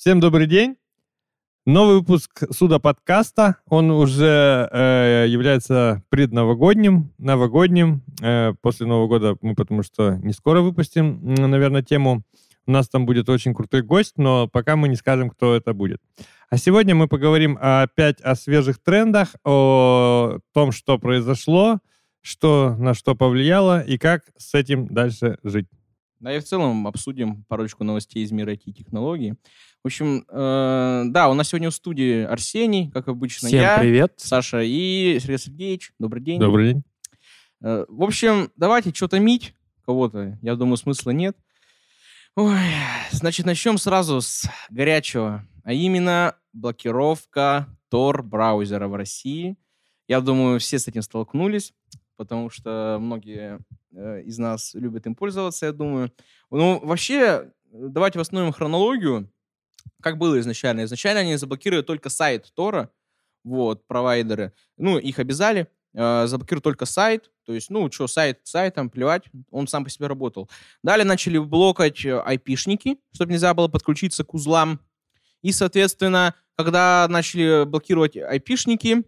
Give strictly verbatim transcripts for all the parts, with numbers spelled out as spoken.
Всем добрый день. Новый выпуск Суда подкаста. Он уже э, является предновогодним, новогодним. Э, после Нового года мы потому что не скоро выпустим, наверное, тему. У нас там будет очень крутой гость, но пока мы не скажем, кто это будет. А сегодня мы поговорим опять о свежих трендах, о том, что произошло, что на что повлияло и как с этим дальше жить. Да, и в целом обсудим парочку новостей из мира ай ти-технологий. В общем, э, да, у нас сегодня в студии Арсений, как обычно. Всем я, привет. Саша и Сергей Сергеевич. Добрый день. Добрый день. Э, в общем, давайте что-то мить кого-то. Я думаю, смысла нет. Ой, значит, начнем сразу с горячего. А именно блокировка Tor-браузера в России. Я думаю, все с этим столкнулись, потому что многие э, из нас любят им пользоваться, я думаю. Ну, вообще, давайте восстановим хронологию. Как было изначально? Изначально они заблокировали только сайт Тора, вот, провайдеры. Ну, их обязали. Э, заблокировали только сайт. То есть, ну, что, сайт сайтом, плевать, он сам по себе работал. Далее начали блокать айпишники, чтобы нельзя было подключиться к узлам. И, соответственно, когда начали блокировать айпишники,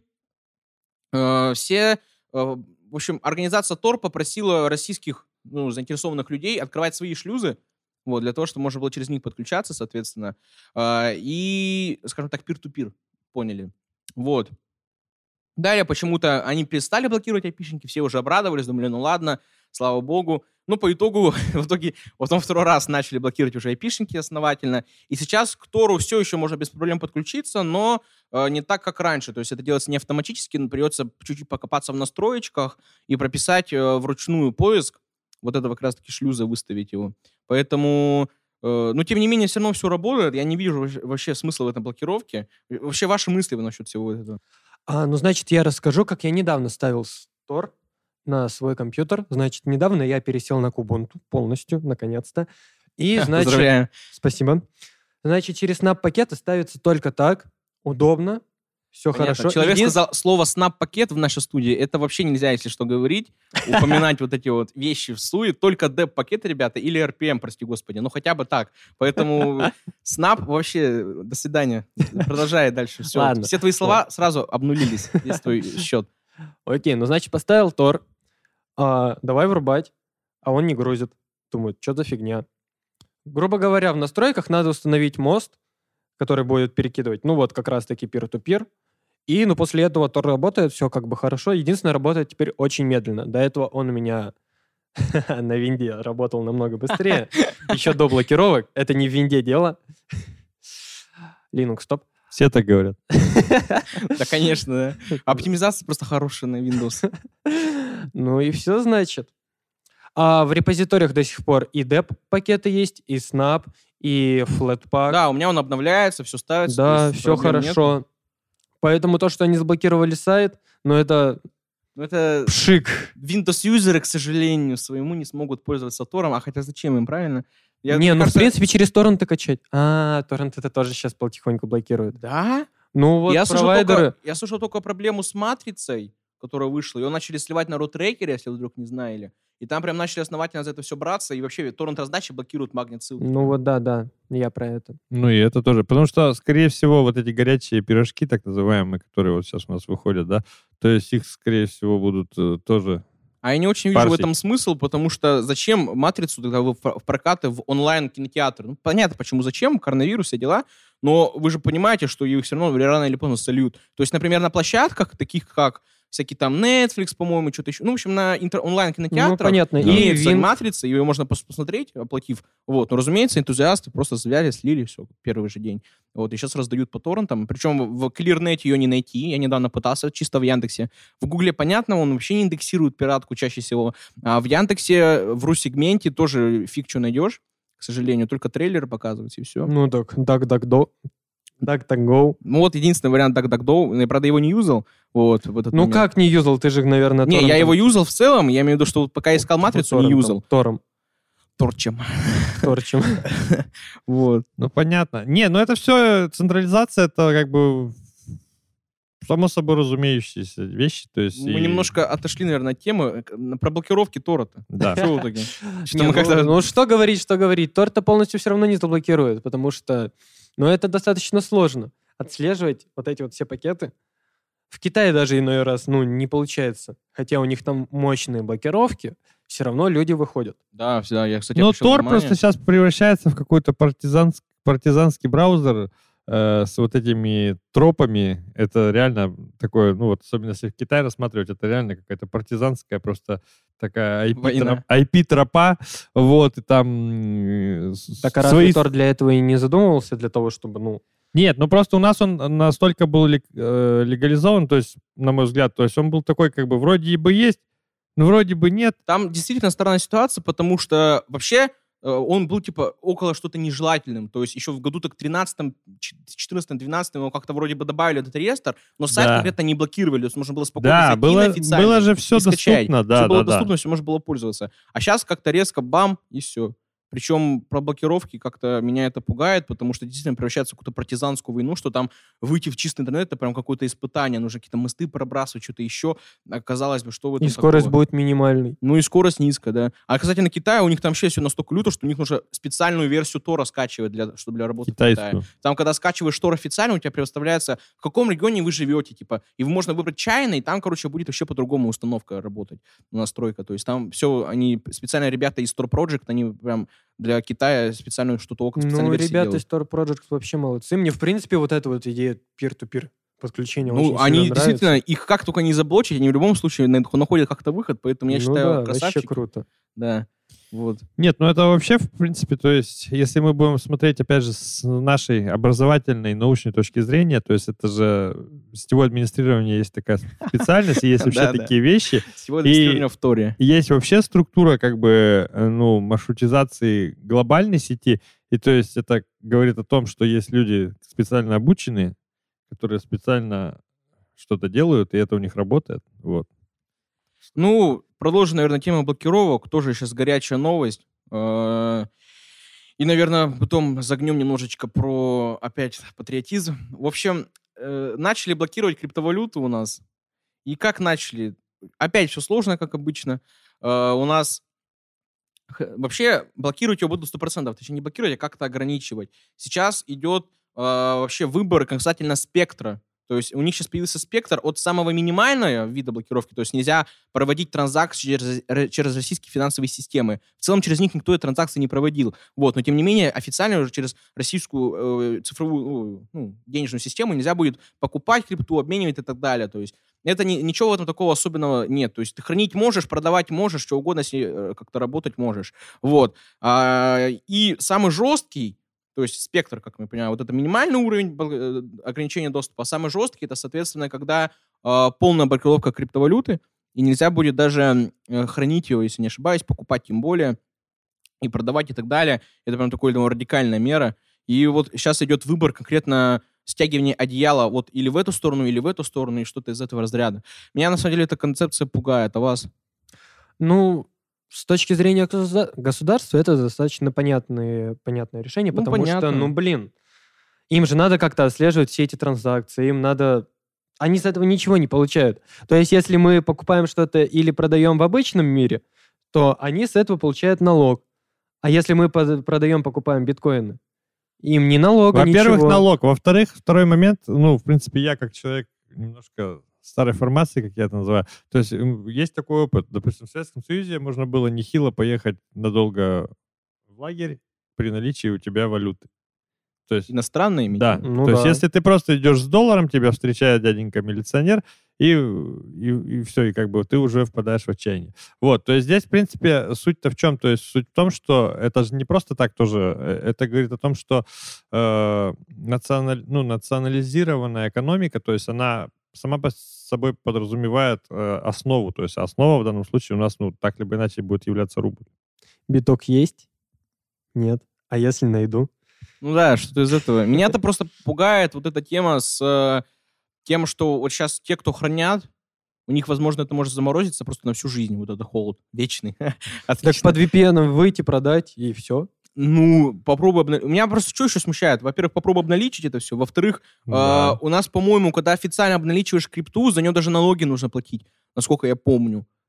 э, все... Э, в общем, организация Tor попросила российских, ну, заинтересованных людей открывать свои шлюзы, вот, для того, чтобы можно было через них подключаться, соответственно, э, и, скажем так, пир-ту-пир, поняли. Вот. Далее почему-то они перестали блокировать айпишники, все уже обрадовались, думали, ну ладно, слава богу. Ну, по итогу, в итоге, потом второй раз начали блокировать уже айпишники основательно. И сейчас к Тору все еще можно без проблем подключиться, но э, не так, как раньше. То есть это делается не автоматически, но придется чуть-чуть покопаться в настроечках и прописать э, вручную поиск. Вот этого как раз-таки шлюза выставить его. Поэтому, э, но тем не менее, все равно все работает. Я не вижу вообще, вообще смысла в этом блокировке. Вообще ваши мысли насчет всего этого? А, ну, значит, я расскажу, как я недавно ставил Tor на свой компьютер. Значит, недавно я пересел на Kubuntu полностью, наконец-то. И, значит... Поздравляю. Спасибо. Значит, через снап-пакеты ставится только так. Удобно. Все Понятно. хорошо. Человек Един... сказал слово «снап-пакет» в нашей студии. Это вообще нельзя, если что, говорить. Упоминать вот эти вот вещи в суе. Только деп-пакеты, ребята, или эр пи эм, прости господи. Ну, хотя бы так. Поэтому снап вообще... До свидания. Продолжай дальше. Все. Ладно. Все твои слова сразу обнулились. Весь твой счет. Окей, ну, значит, поставил Tor. А, давай врубать. А он не грузит. Думаю, что за фигня? Грубо говоря, в настройках надо установить мост, который будет перекидывать, ну, вот как раз-таки peer-to-peer. И, ну, после этого Tor работает, все как бы хорошо. Единственное, работает теперь очень медленно. До этого он у меня на винде работал намного быстрее. Еще до блокировок. Это не в винде дело. Linux, стоп. Все так говорят. Да, конечно, да. Оптимизация просто хорошая на Windows. Ну и все, значит. А в репозиториях до сих пор и деп-пакеты есть, и Snap, и Flatpak. Да, у меня он обновляется, все ставится. Да, все хорошо. Нету. Поэтому то, что они заблокировали сайт, ну это... Ну это... Пшик. Windows-юзеры, к сожалению, своему не смогут пользоваться Тором. А хотя зачем им, правильно? Я, не, ну кажется... в принципе через торренты качать. А, торрент это тоже сейчас потихоньку блокирует. Да? Ну вот я провайдеры... Слышал только, я слышал только проблему с матрицей, которая вышла. Ее начали сливать на рутрекере, если вы вдруг не знали. И там прям начали основательно за это все браться. И вообще торрент-раздачи блокируют магнит-ссылки. Ну вот да, да. Я про это. Ну и это тоже. Потому что, скорее всего, вот эти горячие пирожки, так называемые, которые вот сейчас у нас выходят, да, то есть их, скорее всего, будут э, тоже... А я не очень вижу парсить. В этом смысл, потому что зачем матрицу тогда в прокаты в онлайн-кинотеатр? Ну, понятно, почему зачем, коронавирус, все дела, но вы же понимаете, что их все равно рано или поздно сольют. То есть, например, на площадках, таких как всякие там Netflix, по-моему, что-то еще, ну, в общем, на интер- онлайн-кинотеатрах ну, понятно. имеется Вин... матрица, ее можно посмотреть, оплатив. Вот. Но, разумеется, энтузиасты просто взяли, слили все первый же день. Вот. И сейчас раздают по торрентам. Причем в ClearNet ее не найти. Я недавно пытался, чисто в Яндексе. В Гугле, понятно, он вообще не индексирует пиратку чаще всего. А в Яндексе, в ру-сегменте тоже фиг что найдешь, к сожалению. Только трейлеры показываются, и все. Ну так, DuckDuckGo. DuckDuckGo. Ну вот единственный вариант DuckDuckGo. Я, правда, его не юзал. Вот, в этот ну момент. как не юзал? Ты же, наверное, Не, торрентом... я его юзал в целом. Я имею в виду, что вот пока искал матрицу, торрентом, не юзал. Тором. Торчем. Торчем. Вот. Ну понятно. Не, ну это все централизация, это как бы само собой разумеющиеся вещи. То есть мы и... немножко отошли, наверное, от темы про блокировки Тора-то. Да. Что в итоге? Ну что говорить, что говорить. Тор-то полностью все равно не заблокирует, потому что Но это достаточно сложно. Отслеживать вот эти вот все пакеты. В Китае даже иной раз, ну, не получается. Хотя у них там мощные блокировки, все равно люди выходят. Да, всегда. Я, кстати, Но обращал Tor внимание. просто сейчас превращается в какой-то партизанск- партизанский браузер э, с вот этими тропами. Это реально такое, ну вот, особенно если в Китае рассматривать, это реально какая-то партизанская просто такая Война. ай пи-тропа. Вот, и там... э, с- Так а свои- разве Тор для этого и не задумывался, для того, чтобы, ну... Нет, ну просто у нас он настолько был лег- э, легализован, то есть, на мой взгляд, то есть он был такой, как бы, вроде бы есть, но вроде бы нет. Там действительно странная ситуация, потому что вообще э, он был, типа, около что-то нежелательным. То есть еще в году так тринадцатом, четырнадцатом, двенадцатом его как-то вроде бы добавили этот реестр, но сайт Да. конкретно не блокировали. То есть можно было спокойно Да, зайти было, на официальный было же все и скачать. доступно, да, Все было да, да. доступно, все можно было пользоваться. А сейчас как-то резко бам, и все. Причем про блокировки как-то меня это пугает, потому что действительно превращается в какую-то партизанскую войну, что там выйти в чистый интернет — это прям какое-то испытание. Нужно какие-то мосты пробрасывать, что-то еще. Оказалось бы, что в этом И скорость такого? будет минимальной. Ну и скорость низкая, да. А, кстати, на Китае у них там вообще все настолько люто, что у них нужно специальную версию Тора скачивать, для, чтобы для работы в Китае. Китайскую. Там, когда скачиваешь Тор официально, у тебя представляется, в каком регионе вы живете, типа, и можно выбрать чайный, и там, короче, будет вообще по-другому установка работать, настройка. То есть там все, они, специально ребята из Tor Project, они прям для Китая специальную что-то около специальной Ну, версии ребята делают. из Tor Project вообще молодцы. Мне, в принципе, вот эта вот идея peer-to-peer подключения Ну, очень они сильно действительно, нравится. их как только не заблочить, они в любом случае на- находят как-то выход, поэтому я Ну считаю, да, красавчики. вообще круто. Да, вот. Нет, ну это вообще, в принципе, то есть, если мы будем смотреть, опять же, с нашей образовательной, научной точки зрения, то есть это же сетевое администрирование есть такая специальность, и есть вообще Да, да. такие вещи. Сегодня И- в Торе. И есть вообще структура, как бы, э, ну, маршрутизации глобальной сети, и то есть это говорит о том, что есть люди специально обученные, которые специально что-то делают, и это у них работает, вот. Ну, продолжим, наверное, тему блокировок. Тоже сейчас горячая новость. Э, И, наверное, потом загнем немножечко про, опять, патриотизм. В общем, э, начали блокировать криптовалюту у нас. И как начали? Опять все сложно, как обычно. Э, У нас х- вообще блокировать ее будут сто процентов. Точнее, не блокировать, а как-то ограничивать. Сейчас идет э, вообще выбор касательно спектра. То есть у них сейчас появился спектр от самого минимального вида блокировки, то есть нельзя проводить транзакции через, р- через российские финансовые системы. В целом через них никто и транзакции не проводил. Вот, но тем не менее официально уже через российскую э, цифровую ну, денежную систему нельзя будет покупать крипту, обменивать и так далее. То есть это не, ничего в этом такого особенного нет. То есть ты хранить можешь, продавать можешь, что угодно с ней э, как-то работать можешь. Вот. А, и самый жесткий, то есть спектр, как мы понимаем, вот это минимальный уровень э, ограничения доступа, а самый жесткий — это, соответственно, когда э, полная блокировка криптовалюты, и нельзя будет даже э, хранить ее, если не ошибаюсь, покупать тем более, и продавать и так далее. Это прям такая ну, радикальная мера. И вот сейчас идет выбор конкретно стягивание одеяла вот или в эту сторону, или в эту сторону, и что-то из этого разряда. Меня, на самом деле, эта концепция пугает, а вас? Ну, с точки зрения государ- государства, это достаточно понятное, понятное решение, Ну, потому понятно. что, ну, блин, им же надо как-то отслеживать все эти транзакции, им надо... Они с этого ничего не получают. То есть, если мы покупаем что-то или продаем в обычном мире, то они с этого получают налог. А если мы под- продаем, покупаем биткоины, им ни налога, Во-первых, ничего. налог. Во-вторых, второй момент, ну, в принципе, я как человек немножко старой формации, как я это называю, то есть м, есть такой опыт. Допустим, в Советском Союзе можно было нехило поехать надолго в лагерь при наличии у тебя валюты. То есть, Иностранные имеете? да. Ну То есть да. если ты просто идешь с долларом, тебя встречает дяденька-милиционер, и, и, и все, и как бы ты уже впадаешь в отчаяние. Вот, то есть здесь, в принципе, суть-то в чем? То есть суть в том, что это же не просто так тоже, э, это говорит о том, что э, националь, ну, национализированная экономика, то есть она сама по собой подразумевает э, основу, то есть основа в данном случае у нас, ну, так либо иначе будет являться рубль. Биток есть? Нет. А если найду? Ну да, что-то из этого. Меня-то просто пугает вот эта тема с э, тем, что вот сейчас те, кто хранят, у них, возможно, это может заморозиться просто на всю жизнь, вот этот холод вечный. Так Отлично. под ви пи эн выйти, продать, и все. Ну, попробуй обналичить. Меня просто что еще смущает? Во-первых, попробуй обналичить это все. Во-вторых, Да. э, у нас, по-моему, когда официально обналичиваешь крипту, за нее даже налоги нужно платить, насколько я помню.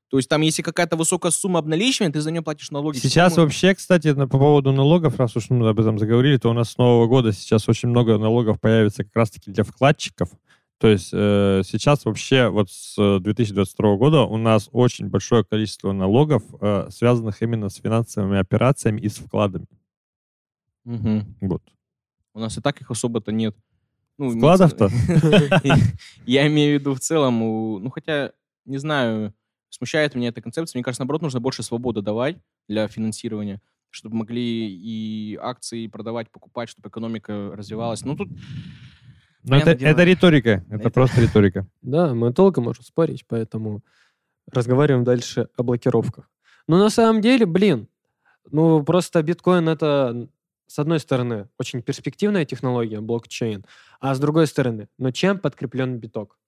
То есть там, если какая-то высокая сумма обналичивания, ты за нее платишь налоги. Сейчас По-моему, вообще, кстати, на- по поводу налогов, раз уж мы об этом заговорили, то у нас с Нового года сейчас очень много налогов появится как раз-таки для вкладчиков. То есть э, сейчас вообще вот с две тысячи двадцать второго года у нас очень большое количество налогов, э, связанных именно с финансовыми операциями и с вкладами. мгм. Вот. У нас и так их особо-то нет. Ну, имеется- Вкладов-то? Я имею в виду в целом, у- ну, хотя, не знаю, смущает меня эта концепция. Мне кажется, наоборот, нужно больше свободы давать для финансирования, чтобы могли и акции продавать, покупать, чтобы экономика развивалась. Ну, тут Ну, это, понятное дело. это риторика. Это, Это- просто риторика. Да, мы долго можем спорить, поэтому разговариваем дальше о блокировках. Но на самом деле, блин, ну просто биткоин это, с одной стороны, очень перспективная технология, блокчейн, а с другой стороны, ну чем подкреплен биток?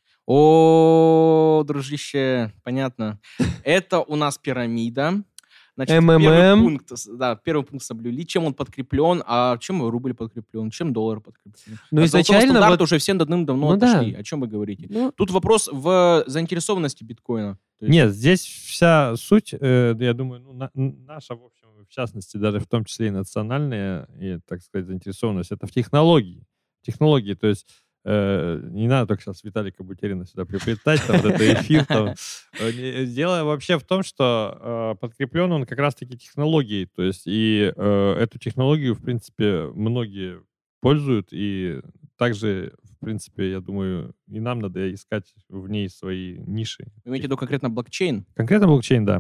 О, дружище, понятно. Это у нас пирамида. Значит, эм эм первый эм. пункт, с- да, первый пункт соблюли. Чем он подкреплен, а чем рубль подкреплен, чем доллар подкреплен. Ну От золотого изначально стандарта вот, уже все давным-давно Ну да. отошли. О чем вы говорите? ну, Тут вопрос в заинтересованности биткоина. То есть- Нет, здесь вся суть, э, я думаю, ну, на- н- наша, в общем, в частности, даже в том числе и национальная, и, так сказать, заинтересованность, это в технологии. Технологии, то есть э, не надо только сейчас Виталика Бутерина сюда приплетать, там, вот это эфир. Там. Э, не- Дело вообще в том, что э, подкреплен он как раз-таки технологией, то есть и э, эту технологию, в принципе, многие пользуют, и также, в принципе, я думаю, и нам надо искать в ней свои ниши. Вы имеете в виду конкретно блокчейн? Конкретно блокчейн, да.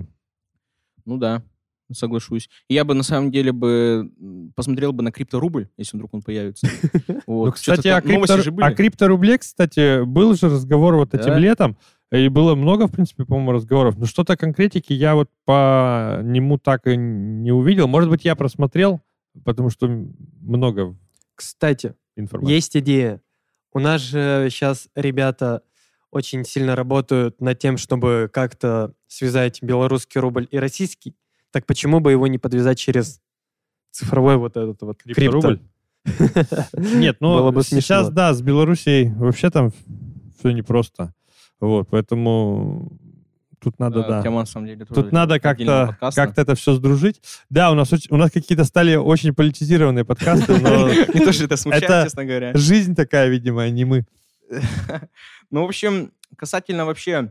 Ну да, соглашусь. И я бы на самом деле бы м, посмотрел бы на крипторубль, если вдруг он появится. Вот. Ну, кстати, Чё-то о, там новости крипто- же были. о крипторубле, кстати, был же разговор вот этим Да. летом, и было много, в принципе, по-моему, разговоров. Но что-то конкретики я вот по нему так и не увидел. Может быть, я просмотрел, потому что м- много кстати, информации. есть идея. У нас же сейчас ребята очень сильно работают над тем, чтобы как-то связать белорусский рубль и российский. Так почему бы его не подвязать через цифровой вот этот вот Крипторубль? крипто? Нет, ну, Было бы сейчас, смешно. да, с Белоруссией вообще там все непросто. Вот, поэтому тут надо, да. Тема, на самом деле, тоже Тут надо отдельного как-то подкаста. как это все сдружить. Да, у нас, оч- у нас какие-то стали очень политизированные подкасты, но Мне тоже это смущает, Это- честно говоря. жизнь такая, видимо, а не мы. Ну, в общем, касательно вообще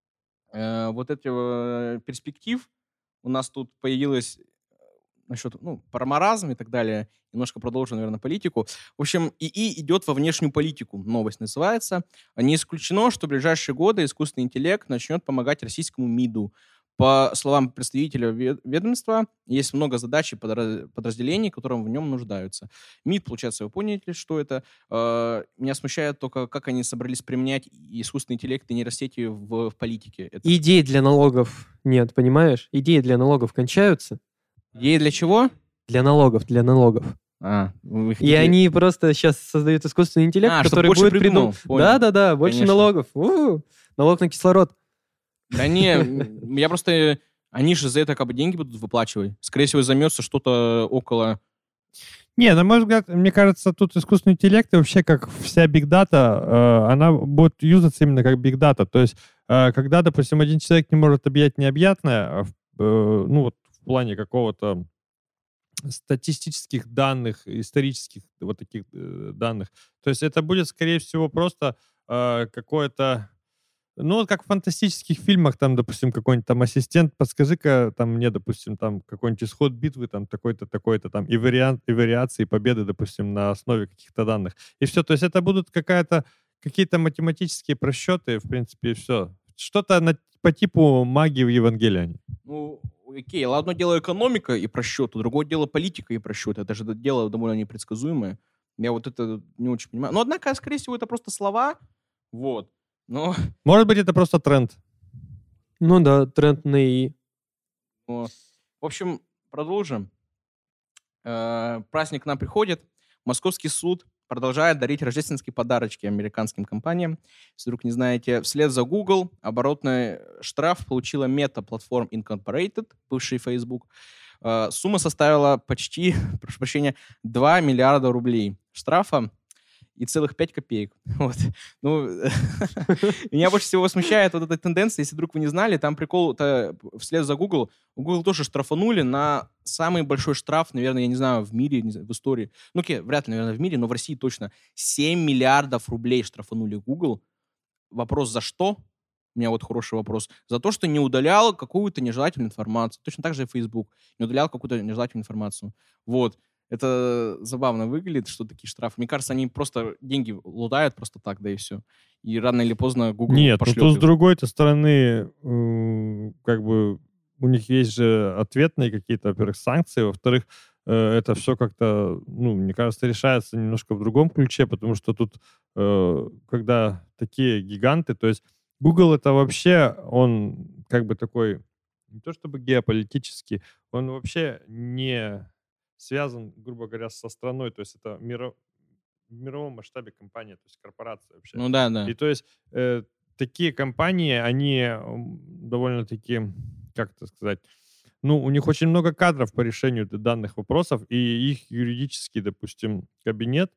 э, вот этого э, перспектив, у нас тут появилось э, насчет, ну, про маразм и так далее, немножко продолжу, наверное, политику. В общем, ИИ идет во внешнюю политику, новость называется. Не исключено, что в ближайшие годы искусственный интеллект начнет помогать российскому МИДу. По словам представителя вед- ведомства, есть много задач и подра- подразделений, которым в нем нуждаются. МИД, получается, вы поняли, что это. Э, Меня смущает только, как они собрались применять искусственный интеллект и нейросети в, в политике. Это Идей для налогов нет, понимаешь? Идеи для налогов кончаются. идея для чего? Для налогов, для налогов. А, вы И хотите- они просто сейчас создают искусственный интеллект, А, чтоб который больше будет придумал, придумать. понял. Да-да-да, больше Конечно. налогов. У-у. Налог на кислород. Да не, м, я просто... Они же за это как бы деньги будут выплачивать. Скорее всего, займется что-то около... Не, на мой взгляд, мне кажется, тут искусственный интеллект и вообще как вся бигдата, она будет юзаться именно как бигдата. То есть, э, когда, допустим, один человек не может объять необъятное, а в, э, ну вот в плане какого-то статистических данных, исторических вот таких э, данных, то есть это будет, скорее всего, просто э, какое-то... Ну, вот как в фантастических фильмах, там, допустим, какой-нибудь там ассистент, подскажи-ка там мне, допустим, там какой-нибудь исход битвы, там такой-то, такой-то, там, и, вариант, и вариации победы, допустим, на основе каких-то данных. И все, то есть это будут какая-то, какие-то математические просчеты, в принципе, и все. Что-то на- по типу магии в Евангелиане. Ну, окей, одно дело экономика и просчеты, другое дело политика и просчеты. Это же дело довольно непредсказуемое. Я вот это не очень понимаю. Но, однако, скорее всего, это просто слова. Вот. Но, Может быть, это просто тренд. Ну да, тренд на ИИ. но- в общем, продолжим. Э, Праздник к нам приходит. Московский суд продолжает дарить рождественские подарочки американским компаниям. Если вдруг не знаете, вслед за Google оборотный штраф получила Meta Platform Incorporated, бывший Facebook. Э, Сумма составила почти, прошу прощения, два миллиарда рублей штрафа. и целых пять копеек. Вот. Ну, меня больше всего смущает вот эта тенденция, если вдруг вы не знали, там прикол, вслед за Google, у Google тоже штрафанули на самый большой штраф, наверное, я не знаю, в мире, не знаю, в истории. Ну, окей, вряд ли, наверное, в мире, но в России точно. семь миллиардов рублей штрафанули Google. Вопрос за что? У меня вот хороший вопрос. За то, что не удалял какую-то нежелательную информацию. Точно так же и Facebook. Не удалял какую-то нежелательную информацию. Вот. Это забавно выглядит, что такие штрафы. Мне кажется, они просто деньги лутают просто так, да и все. И рано или поздно Google Нет, пошлет. но то с их. другой-то стороны, э, как бы у них есть же ответные какие-то, во-первых, санкции, во-вторых, э, это все как-то, ну, мне кажется, решается немножко в другом ключе, потому что тут, э, когда такие гиганты, то есть Google это вообще, он как бы такой, не то чтобы геополитический, он вообще не связан, грубо говоря, со страной, то есть это миро... в мировом масштабе компания, то есть корпорация вообще. Ну да, да. И то есть э, такие компании, они м, довольно-таки, как это сказать, ну, у них очень много кадров по решению данных вопросов, и их юридический, допустим, кабинет,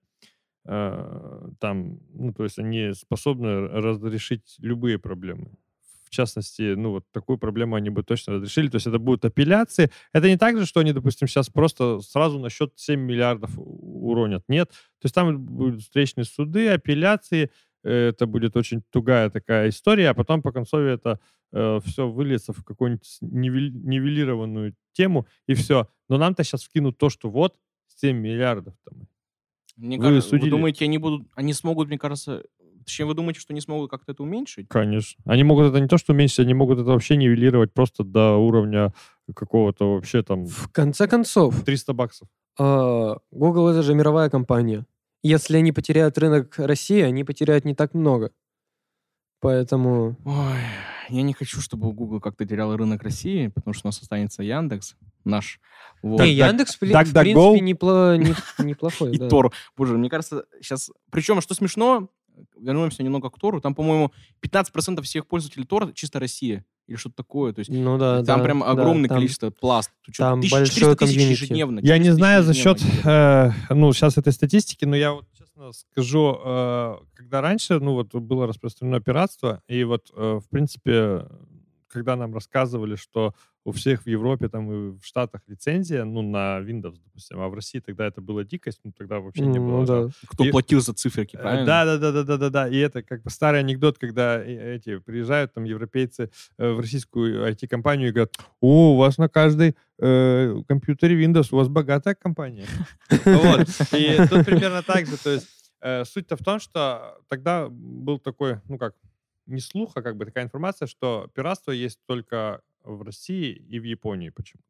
э, там, ну, то есть они способны разрешить любые проблемы. В частности, ну, вот такую проблему они бы точно разрешили. То есть это будут апелляции. Это не так же, что они, допустим, сейчас просто сразу на счет семь миллиардов уронят. Нет. То есть там будут встречные суды, апелляции. Это будет очень тугая такая история, а потом по концове это э, все выльется в какую-нибудь нивель- нивелированную тему, и все. Но нам-то сейчас вкинут то, что вот семь миллиардов там. Мне Вы кажется, вы судили? думаете, они будут, они смогут, мне кажется, точнее, вы думаете, что они смогут как-то это уменьшить? Конечно. Они могут это не то, что уменьшить, они могут это вообще нивелировать просто до уровня какого-то вообще там В конце концов, триста баксов. а, Google — это же мировая компания. Если они потеряют рынок России, они потеряют не так много. Поэтому... Ой, я не хочу, чтобы Google как-то терял рынок России, потому что у нас останется Яндекс наш. Вот. Не, Так, Яндекс, в при- так, в так, go. принципе, непло- не- неплохой, И да. Тор. Боже, мне кажется, сейчас... Причем, что смешно, вернемся немного к Тору, там, по-моему, пятнадцать процентов всех пользователей Тора чисто Россия. Или что-то такое. То есть Ну да, там да, прям да, огромное там- количество пласт. Тут что-то там тысяча большое четыреста тысяч комьюнити. ежедневно. Я не четыреста знаю за тысяч счет, ежедневно. э, ну, сейчас этой статистики, но я вот честно скажу, э, когда раньше, ну, вот было распространено пиратство, и вот, э, в принципе, когда нам рассказывали, что у всех в Европе там и в Штатах лицензия, ну, на Windows, допустим, а в России тогда это была дикость, ну, тогда вообще не было. Ну да. да. Кто И- платил за циферки, Э, правильно? Да, да, да, да, да, да, да. И это как бы старый анекдот, когда э- эти приезжают там европейцы э, в российскую ай ти-компанию и говорят: о, у вас на каждой э, компьютере Windows, у вас богатая компания. Вот. И тут примерно так же. То есть э, суть-то в том, что тогда был такой, ну как, не слух, а как бы такая информация, что пиратство есть только в России и в Японии почему-то.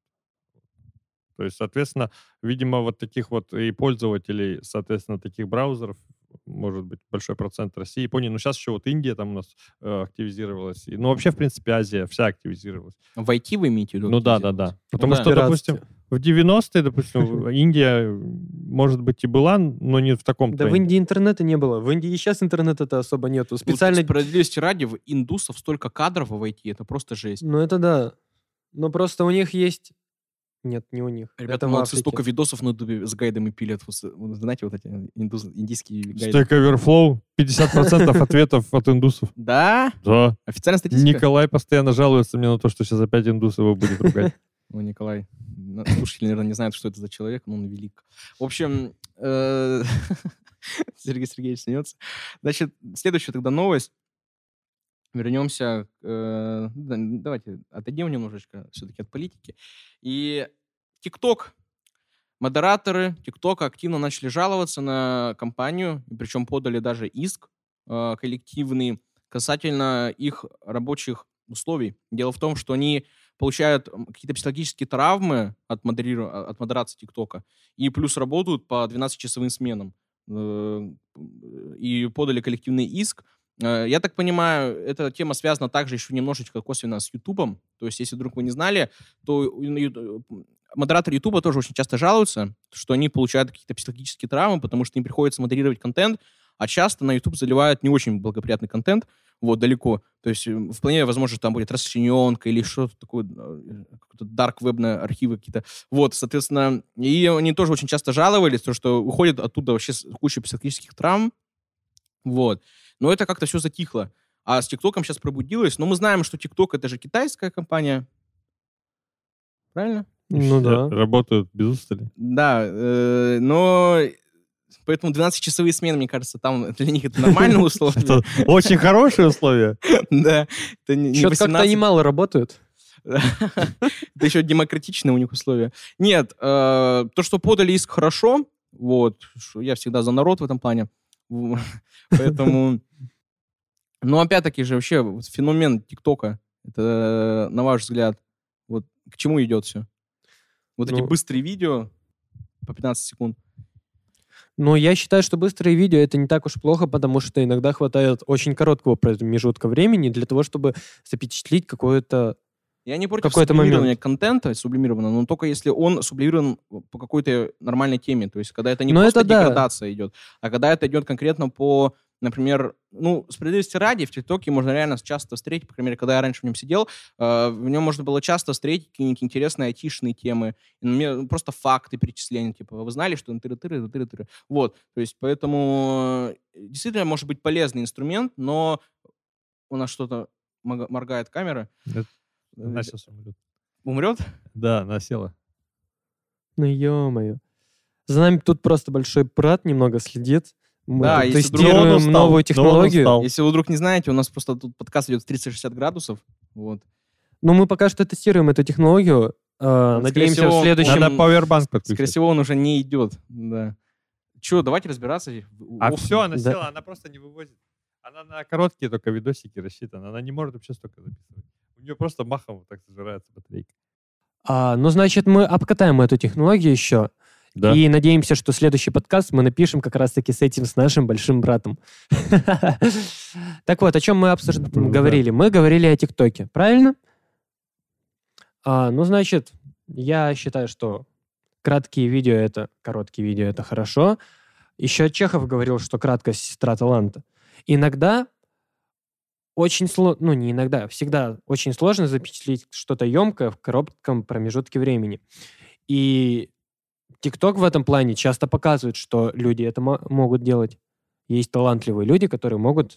То есть, соответственно, видимо, вот таких вот и пользователей, соответственно, таких браузеров, может быть, большой процент России, Японии. Ну, сейчас еще вот Индия там у нас э, активизировалась. И, ну, вообще, в принципе, Азия вся активизировалась. В ай ти вы имеете в виду? Ну, да, да, активизировалось? да. Потому да. что, допустим, Пиратстве. в девяностые, допустим, Индия, может быть, и была, но не в таком Да в тренде. Индии интернета не было. В Индии и сейчас интернета-то особо нету. Ну, Специально... справедливости ради, в индусов столько кадров в ай ти, это просто жесть. Ну это да. Но просто у них есть... Нет, не у них. Ребята это в молодцы, Африке. столько видосов на ютубе с гайдами пилят. Вот, вы знаете, вот эти индус- индийские гайды? Stack Overflow, пятьдесят процентов ответов от индусов. Да? Да. Официальная статистика? Николай постоянно жалуется мне на то, что сейчас опять индус его будет ругать. О, Николай. Ну, слушатели, наверное, не знают, что это за человек, но он велик. В общем, э, Сергей Сергеевич смеется. Значит, следующая тогда новость. Вернемся, к, э, да, давайте отойдем немножечко все-таки от политики. И ТикТок. Модераторы ТикТока активно начали жаловаться на компанию, и причем подали даже иск э, коллективный касательно их рабочих условий. Дело в том, что они получают м, какие-то психологические травмы от, модериру- а, от модерации ТикТока и плюс работают по двенадцатичасовым сменам. Э, И подали коллективный иск. Э, Я так понимаю, эта тема связана также еще немножечко косвенно с Ютубом. То есть, если вдруг вы не знали, то на Ю- модераторы Ютуба тоже очень часто жалуются, что они получают какие-то психологические травмы, потому что им приходится модерировать контент, а часто на YouTube заливают не очень благоприятный контент, вот, далеко. То есть э, вполне возможно, там будет расчлененка или что-то такое, э, какие-то дарк-вебные архивы какие-то. Вот, соответственно, и они тоже очень часто жаловались, то, что уходят оттуда вообще с кучей психологических травм, Вот. Но это как-то все затихло. А с ТикТоком сейчас пробудилось. Но мы знаем, что ТикТок — это же китайская компания. Правильно? Ну да. Работают без устали. Да, э, но поэтому двенадцатичасовые смены, мне кажется, там для них это нормальные условия. Это очень хорошие условия. Да. Это не Что-то как-то они мало работают. Это еще демократичные у них условия. Нет, то, что подали иск, хорошо. Вот. Я всегда за народ в этом плане. Поэтому... Но опять-таки же вообще феномен ТикТока, это, на ваш взгляд, вот к чему идет все? Вот эти Ну, быстрые видео по пятнадцать секунд. Но я считаю, что быстрые видео это не так уж плохо, потому что иногда хватает очень короткого промежутка времени для того, чтобы запечатлить какое-то... Я не против Какой-то сублимирования момент. контента, сублимированного, но только если он сублимирован по какой-то нормальной теме. То есть, когда это не Но просто это да. деградация идет, а когда это идет конкретно по, например, ну, справедливости ради, в ТикТоке можно реально часто встретить, по крайней мере, когда я раньше в нем сидел, э, в нем можно было часто встретить какие-нибудь интересные айтишные темы, и, например, просто факты перечисления, типа, вы знали, что тыры-тыры, тыры-тыры. Вот, то есть, поэтому э, действительно может быть полезный инструмент, но у нас что-то мог- моргает камера. Это- Э, Она сейчас умрет. Умрет? Да, она села. Ну, ё-моё. За нами тут просто большой брат немного следит. Мы Да, тут если вдруг- Но он тестируем устал, новую но он технологию. устал. Если вы вдруг не знаете, у нас просто тут подкаст идет в триста шестьдесят градусов. Вот. Но мы пока что тестируем эту технологию. Э, Скорее Надеемся, всего, в следующем... Надо пауэрбанк Скорее подключить. всего, он уже не идет. Да. Че, давайте разбираться. А Ох, все, она Да. села, она просто не вывозит. Она на короткие только видосики рассчитана. Она не может вообще столько записывать. У нее просто махом вот так зажирается батарейка. А, ну, значит, мы обкатаем эту технологию еще. Да. И надеемся, что следующий подкаст мы напишем как раз-таки с этим, с нашим большим братом. Так вот, о чем мы обсуж- Да. говорили? Мы говорили о ТикТоке, правильно? А, ну, значит, я считаю, что краткие видео — это... Короткие видео — это хорошо. Еще Чехов говорил, что краткость — сестра таланта. Иногда очень сложно... Ну, не иногда, всегда очень сложно запечатлеть что-то емкое в коротком промежутке времени. И ТикТок в этом плане часто показывает, что люди это мо- могут делать. Есть талантливые люди, которые могут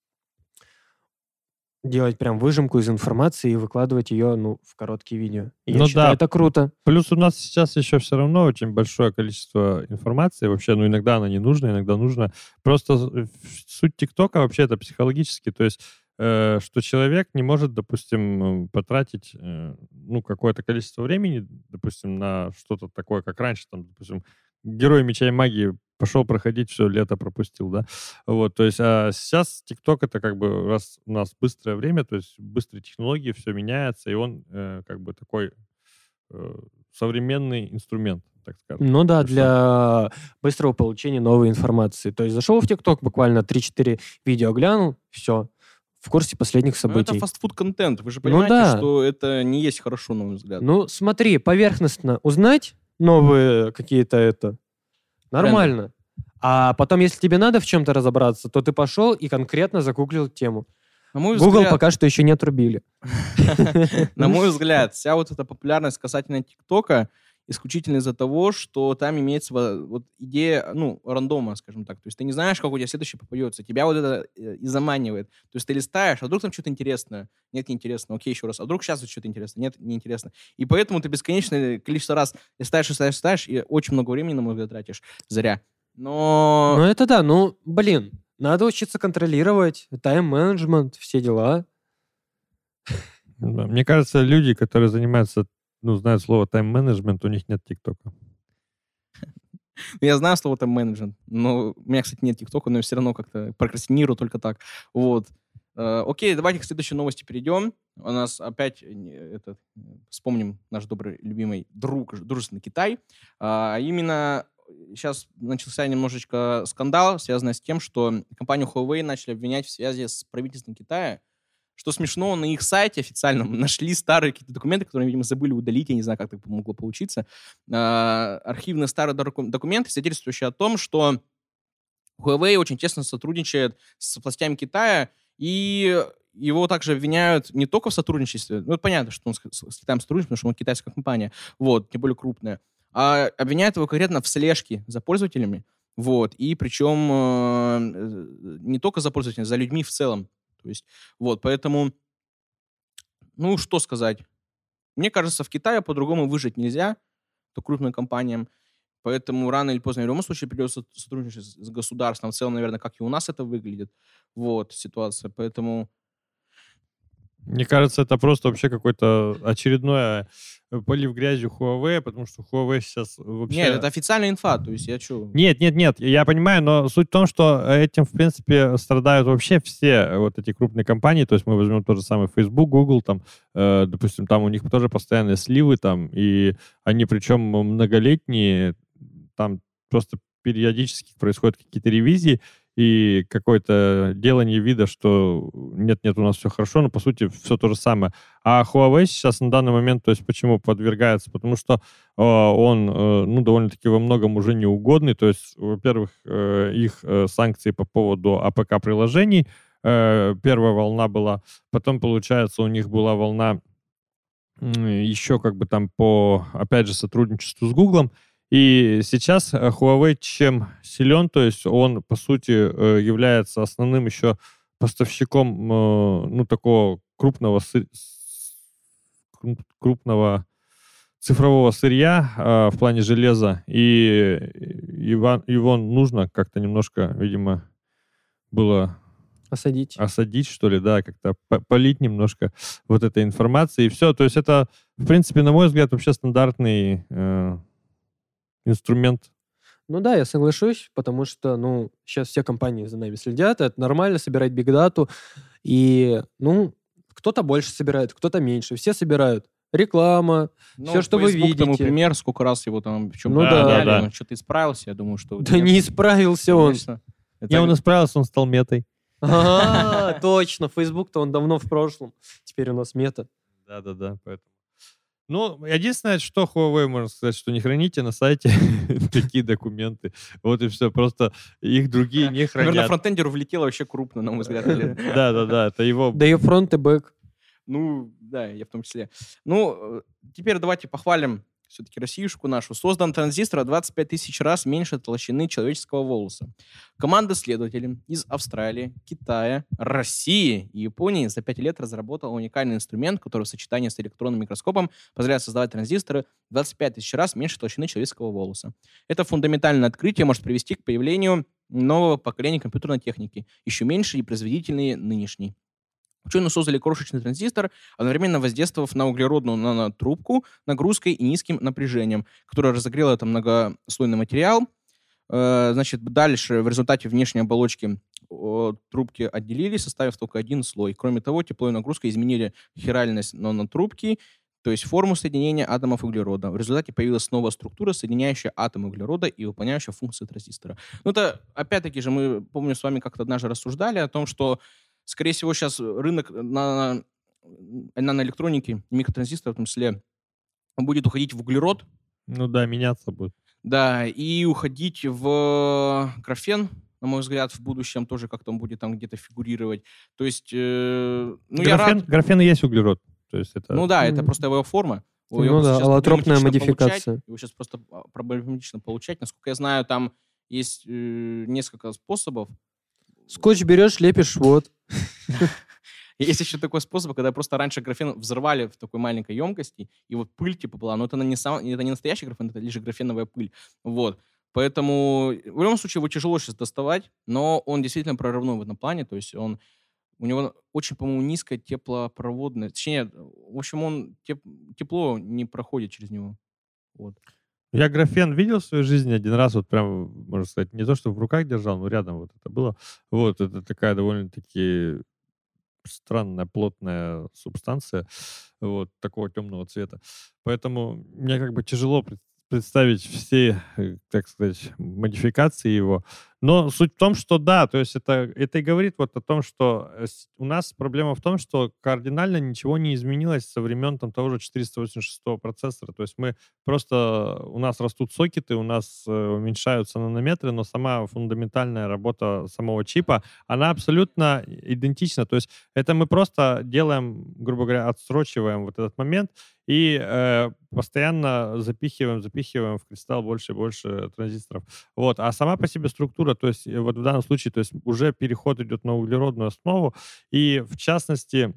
делать прям выжимку из информации и выкладывать ее, ну, в короткие видео. И Ну я считаю, да. это круто. Плюс у нас сейчас еще все равно очень большое количество информации. Вообще, ну, иногда она не нужна, иногда нужна. Просто э, суть ТикТока вообще это психологически. То есть, э, что человек не может, допустим, э, потратить, э, ну, какое-то количество времени, допустим, на что-то такое, как раньше, там, допустим, Герой Меча и Магии пошел проходить, все, лето пропустил, да. Вот, то есть, а сейчас ТикТок это как бы, раз у нас быстрое время, то есть быстрые технологии, все меняется, и он э, как бы такой э, современный инструмент, так скажем. Ну да, Хорошо. для быстрого получения новой информации. То есть зашел в ТикТок, буквально три-четыре видео глянул, все, в курсе последних Ну, это событий. фастфуд-контент. Вы же Ну понимаете, да. что это не есть хорошо, на мой взгляд. Ну, смотри, поверхностно узнать новые какие-то это нормально. А потом, если тебе надо в чем-то разобраться, то ты пошел и конкретно загуглил тему. На мой Google взгляд, пока что еще не отрубили. на мой взгляд, вся вот эта популярность касательно ТикТока исключительно из-за того, что там имеется во- вот идея, ну, рандома, скажем так. То есть ты не знаешь, как у тебя следующий попадется. Тебя вот это э, и заманивает. То есть ты листаешь, а вдруг там что-то интересное? Нет, неинтересно. Окей, еще раз. А вдруг сейчас вот что-то интересное? Нет, неинтересно. И поэтому ты бесконечное количество раз листаешь, листаешь, листаешь, и очень много времени, на мой взгляд, тратишь зря. Но... Ну, это да, ну, блин, надо учиться контролировать, тайм-менеджмент, все дела. Да, мне кажется, люди, которые занимаются, ну, знают слово тайм-менеджмент, у них нет ТикТока. Я знаю слово там менеджмент, но у меня, кстати, нет ТикТока, но я все равно как-то прокрастинирую только так. Вот. Э, Окей, давайте к следующей новости перейдем. У нас опять, э, не- этот, э, вспомним наш добрый, любимый друг, дружественный Китай. А именно сейчас начался немножечко скандал, связанный с тем, что компанию Huawei начали обвинять в связи с правительством Китая. Что смешно, на их сайте официальном нашли старые какие-то документы, которые, видимо, забыли удалить. Я не знаю, как так могло получиться. А, архивные старые доку- документы, свидетельствующие о том, что Huawei очень тесно сотрудничает с властями Китая, и его также обвиняют не только в сотрудничестве, ну, это понятно, что он с, с- с Китаем сотрудничает, потому что он китайская компания, вот, тем более крупная, а обвиняют его конкретно в слежке за пользователями, Вот, и причем э, не только за пользователями, за людьми в целом. То есть, вот, поэтому, ну, что сказать. Мне кажется, в Китае по-другому выжить нельзя, то крупным компаниям. Поэтому рано или поздно в любом случае придется сотрудничать с с государством. В целом, наверное, как и у нас это выглядит. Вот, ситуация. Поэтому, Мне кажется, это просто вообще какой-то очередной э, полив грязью Huawei, потому что Huawei сейчас вообще... нет, это официальная инфа, то есть я что... Нет, нет, нет, я понимаю, но суть в том, что этим, в принципе, страдают вообще все вот эти крупные компании, то есть мы возьмем тот же самый Facebook, Google, там, э, допустим, там у них тоже постоянные сливы, там, и они причем многолетние, там просто периодически происходят какие-то ревизии, и какое-то делание вида, что нет-нет, у нас все хорошо, но по сути все то же самое. А Huawei сейчас на данный момент, то есть почему подвергается? Потому что э, он, э, ну, довольно-таки во многом уже неугодный. То есть, во-первых, э, их э, санкции по поводу эй пи кей-приложений, э, первая волна была, потом, получается, у них была волна м, еще как бы там по, опять же, сотрудничеству с Гуглом. И сейчас э, Huawei чем силен, то есть он, по сути, э, является основным еще поставщиком, э, ну, такого крупного, сы- с- кру- крупного цифрового сырья э, в плане железа. И его, его нужно как-то немножко, видимо, было Осадить. осадить, что ли, да, как-то по- полить немножко вот этой информации. И все. То есть это, в принципе, на мой взгляд, вообще стандартный э, инструмент. Ну да, я соглашусь, потому что, ну, сейчас все компании за нами следят, это нормально собирать бигдату, и, ну, кто-то больше собирает, кто-то меньше, все собирают. Реклама, Ну, все, что вы Facebook тому видите. пример, сколько раз его там, причем Ну да, поменяли, да, да. он что-то исправился, я думаю, что... Да нет, не исправился он. конечно. Это- Я он исправился, он стал метой. Ага, точно, Facebook-то он давно в прошлом, теперь у нас мета. Да-да-да, поэтому. Ну, единственное, что Huawei, можно сказать, что не храните на сайте такие документы. Вот и все. Просто их другие не Наверное, хранят. фронтендеру влетело вообще крупно, на мой взгляд. Да-да-да, это его... Да и фронт, и бэк. Ну, да, я в том числе. Ну, э, теперь давайте похвалим все-таки Россиюшку нашу. Создан транзистор в двадцать пять тысяч раз меньше толщины человеческого волоса. Команда исследователей из Австралии, Китая, России и Японии за пять лет разработала уникальный инструмент, который в сочетании с электронным микроскопом позволяет создавать транзисторы в двадцать пять тысяч раз меньше толщины человеческого волоса. Это фундаментальное открытие может привести к появлению нового поколения компьютерной техники, еще меньше и производительнее нынешней. Ученые создали крошечный транзистор, одновременно воздействовав на углеродную нанотрубку нагрузкой и низким напряжением, которая разогрела этот многослойный материал. Э, Значит, дальше в результате внешней оболочки о, трубки отделились, составив только один слой. Кроме того, тепло и нагрузка изменили хиральность нанотрубки, то есть форму соединения атомов углерода. В результате появилась новая структура, соединяющая атомы углерода и выполняющая функции транзистора. Ну, это, опять-таки же, мы, помню, с вами как-то однажды рассуждали о том, что скорее всего, сейчас рынок на, на электронике и микротранзисторов, в том числе, будет уходить в углерод. Ну да, меняться будет. Да, и уходить в графен, на мой взгляд, в будущем тоже как-то он будет там где-то фигурировать. То есть, э, ну, я графен, рад... графен и есть углерод. То есть это... Ну да, это Мгм. просто его форма. Ну Его да, сейчас аллотропная проблематично модификация. получать, Его сейчас просто а, проблематично получать. Насколько я знаю, там есть э, несколько способов. Скотч берешь, лепишь, вот. Есть еще такой способ, когда просто раньше графен взрывали в такой маленькой емкости, и вот пыль типа была, но это не, сам, это не настоящий графен, это лишь графеновая пыль. Вот. Поэтому в любом случае его тяжело сейчас доставать, но он действительно прорывной в этом плане, то есть он, у него очень, по-моему, низкая теплопроводность. Точнее, в общем, он теп, тепло не проходит через него. Вот. Я графен видел в своей жизни один раз, вот прям, можно сказать, не то, что в руках держал, но рядом вот это было. Вот, это такая довольно-таки странная, плотная субстанция, вот, такого темного цвета. Поэтому мне как бы тяжело пред- представить все, э, так сказать, модификации его. Но суть в том, что да, то есть это, это и говорит вот о том, что э, с- у нас проблема в том, что кардинально ничего не изменилось со времен там, того же четыреста восемьдесят шестого процессора. То есть мы просто, у нас растут сокеты, у нас э, уменьшаются нанометры, но сама фундаментальная работа самого чипа, она абсолютно идентична. То есть это мы просто делаем, грубо говоря, отсрочиваем вот этот момент. и э, постоянно запихиваем, запихиваем в кристалл больше и больше транзисторов. Вот. А сама по себе структура, то есть вот в данном случае, то есть уже переход идет на углеродную основу, и в частности,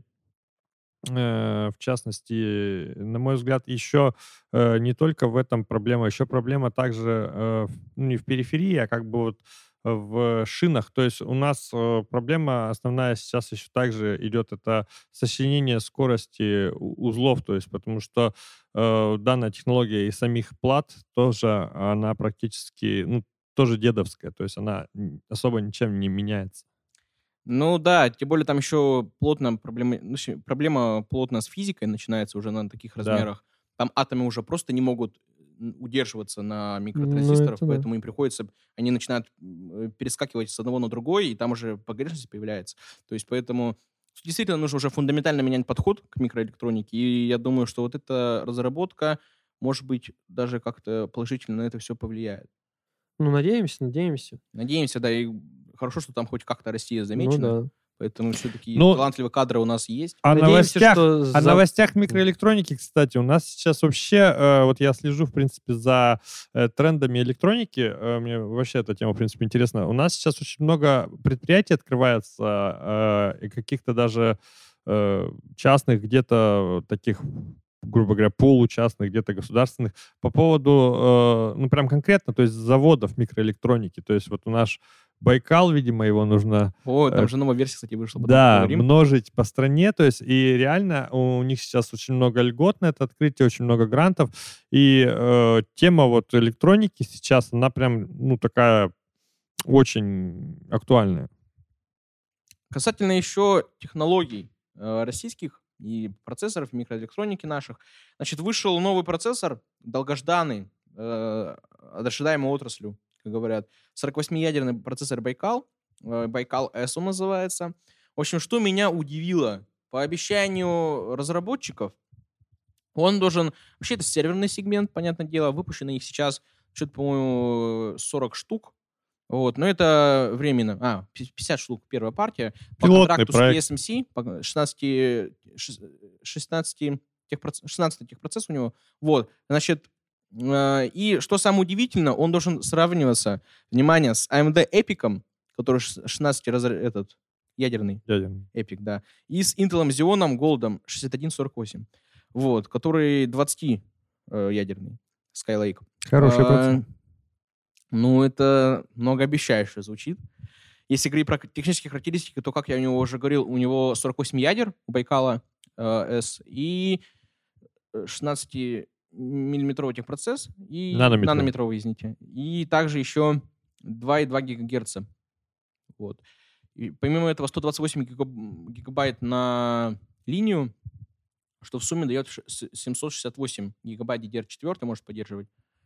э, в частности, на мой взгляд, еще э, не только в этом проблема, еще проблема также э, в- ну, не в периферии, а как бы вот в шинах. То есть у нас э, проблема основная сейчас еще также идет это сочленение скорости у- узлов, то есть потому что э, данная технология и самих плат тоже, она практически, ну, тоже дедовская, то есть она м, особо ничем не меняется. Ну да, тем более там еще плотно проблема, ну, щ- проблема плотно с физикой начинается уже на таких Да. размерах. Там атомы уже просто не могут м, удерживаться на Ну, микротранзисторах, это да. поэтому им приходится, они начинают м, э, перескакивать с одного на другой, и там уже погрешность появляется. То есть поэтому действительно нужно уже фундаментально менять подход к микроэлектронике, и я думаю, что вот эта разработка, может быть, даже как-то положительно на это все повлияет. Ну, надеемся, надеемся. Надеемся, да, и хорошо, что там хоть как-то Россия Ну замечена, да. поэтому все-таки Ну, талантливые кадры у нас есть. О Надеемся, новостях, что о за... новостях микроэлектроники, кстати, у нас сейчас вообще, э, вот я слежу, в принципе, за э, трендами электроники, э, мне вообще эта тема, в принципе, интересна. У нас сейчас очень много предприятий открывается, э, и каких-то даже э, частных, где-то таких, грубо говоря, получастных, где-то государственных, по поводу, э, ну, прям конкретно, то есть заводов микроэлектроники. То есть вот у нас Байкал, видимо, его нужно О, там э, же новая версия, кстати, вышла, потом да, поговорим. множить по стране, то есть и реально у них сейчас очень много льгот на это открытие, очень много грантов, и э, тема вот электроники сейчас, она прям, ну, такая очень актуальная. Касательно еще технологий э, российских и процессоров, микроэлектроники наших, значит, вышел новый процессор, долгожданный, э, ожидаемый отраслью, как говорят, сорок восьмиядерный процессор Байкал, э, Байкал эс он называется. В общем, что меня удивило, по обещанию разработчиков, он должен... Вообще, это серверный сегмент, понятное дело. Выпущено их сейчас что-то, по-моему, сорок штук. Вот, но это временно. А, пятьдесят штук первая партия. По Пилотный контракту проект. с ти эс эм си, по шестнадцать, шестнадцать, техпроц- шестнадцать техпроцесс у него. Вот, значит, э, и что самое удивительное, он должен сравниваться, внимание, с эй эм ди Epic, который ш- шестнадцать разр- этот, ядерный. Ядерный. Epic, да. И с Intel Xeon Gold шестьдесят один сорок восемь. Вот, который двадцать э, ядерный. Skylake. Хороший А, процесс. Ну, это многообещающе звучит. Если говорить про технические характеристики, то, как я у него уже говорил, у него сорок восемь ядер у Байкала э, S и шестнадцатимиллиметровый техпроцесс и Нанометровый. нанометровый, извините. И также еще два и два гигагерца. Вот. И помимо этого сто двадцать восемь гигаб- гигабайт на линию, что в сумме дает ш- с- семьсот шестьдесят восемь гигабайт ди ди ар четыре может поддерживать.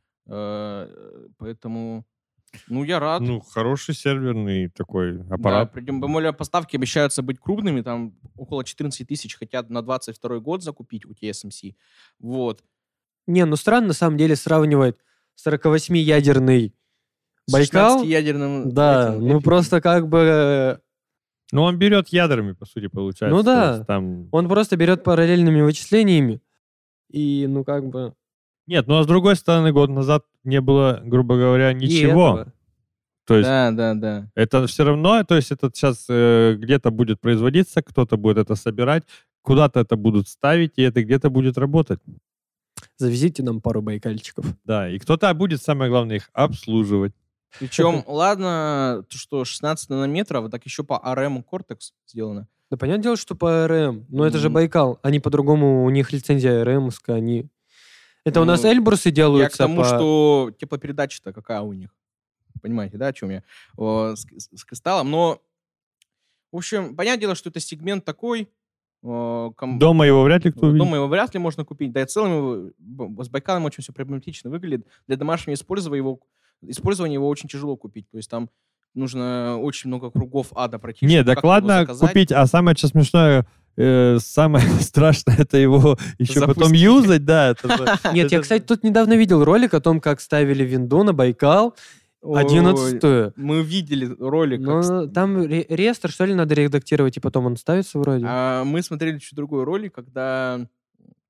Э, Поэтому, ну, я рад. Ну, хороший серверный такой Да, аппарат. причем, тем более поставки обещаются быть крупными, там около четырнадцать тысяч хотят на двадцать второй год закупить у ти эс эм си. Вот. Не, ну странно на самом деле сравнивать сорок восьмиядерный Байкал. С шестнадцатиядерным Да, этим ну Epic. просто как бы... э, Ну, он берет ядрами, по сути, получается. Ну То да. есть там... Он просто берет параллельными вычислениями. И, ну, как бы... Нет, ну а с другой стороны, год назад не было, грубо говоря, и ничего. этого. То есть Да, да, да. это все равно, то есть это сейчас э, где-то будет производиться, кто-то будет это собирать, куда-то это будут ставить, и это где-то будет работать. Завезите нам пару байкальчиков. Да, и кто-то будет, самое главное, их обслуживать. Причем, ладно, то, что шестнадцать нанометров, так еще по ар эм Cortex сделано. Да понятное дело, что по эр эм. Но это же М. Байкал. Они по-другому, у них лицензия ар эм-овская, они... Это у нас Ну, Эльбрусы Я к делаются тому, по... что теплопередача-то какая у них. Понимаете, да, о чем я? О, с, с кристаллом. Но, в общем, понятное дело, что это сегмент такой. о, ком- Дома его вряд ли кто увидит. Дома его вряд ли можно купить. Да и в целом его, б- с Байкалом очень все проблематично выглядит. Для домашнего использования его, использования его очень тяжело купить. То есть там нужно очень много кругов ада пройти. Не, чтобы как-то его докладно заказать. купить, а самое что смешное, э, самое страшное, это его еще потом Запустить. юзать, да. Это же- Нет, я, это- кстати, тут недавно видел ролик о том, как ставили винду на Байкал Ой, одиннадцатую. Мы видели ролик. как с- Но там ре- реестр, что ли, надо редактировать, и потом он ставится вроде. А мы смотрели чуть другой ролик, когда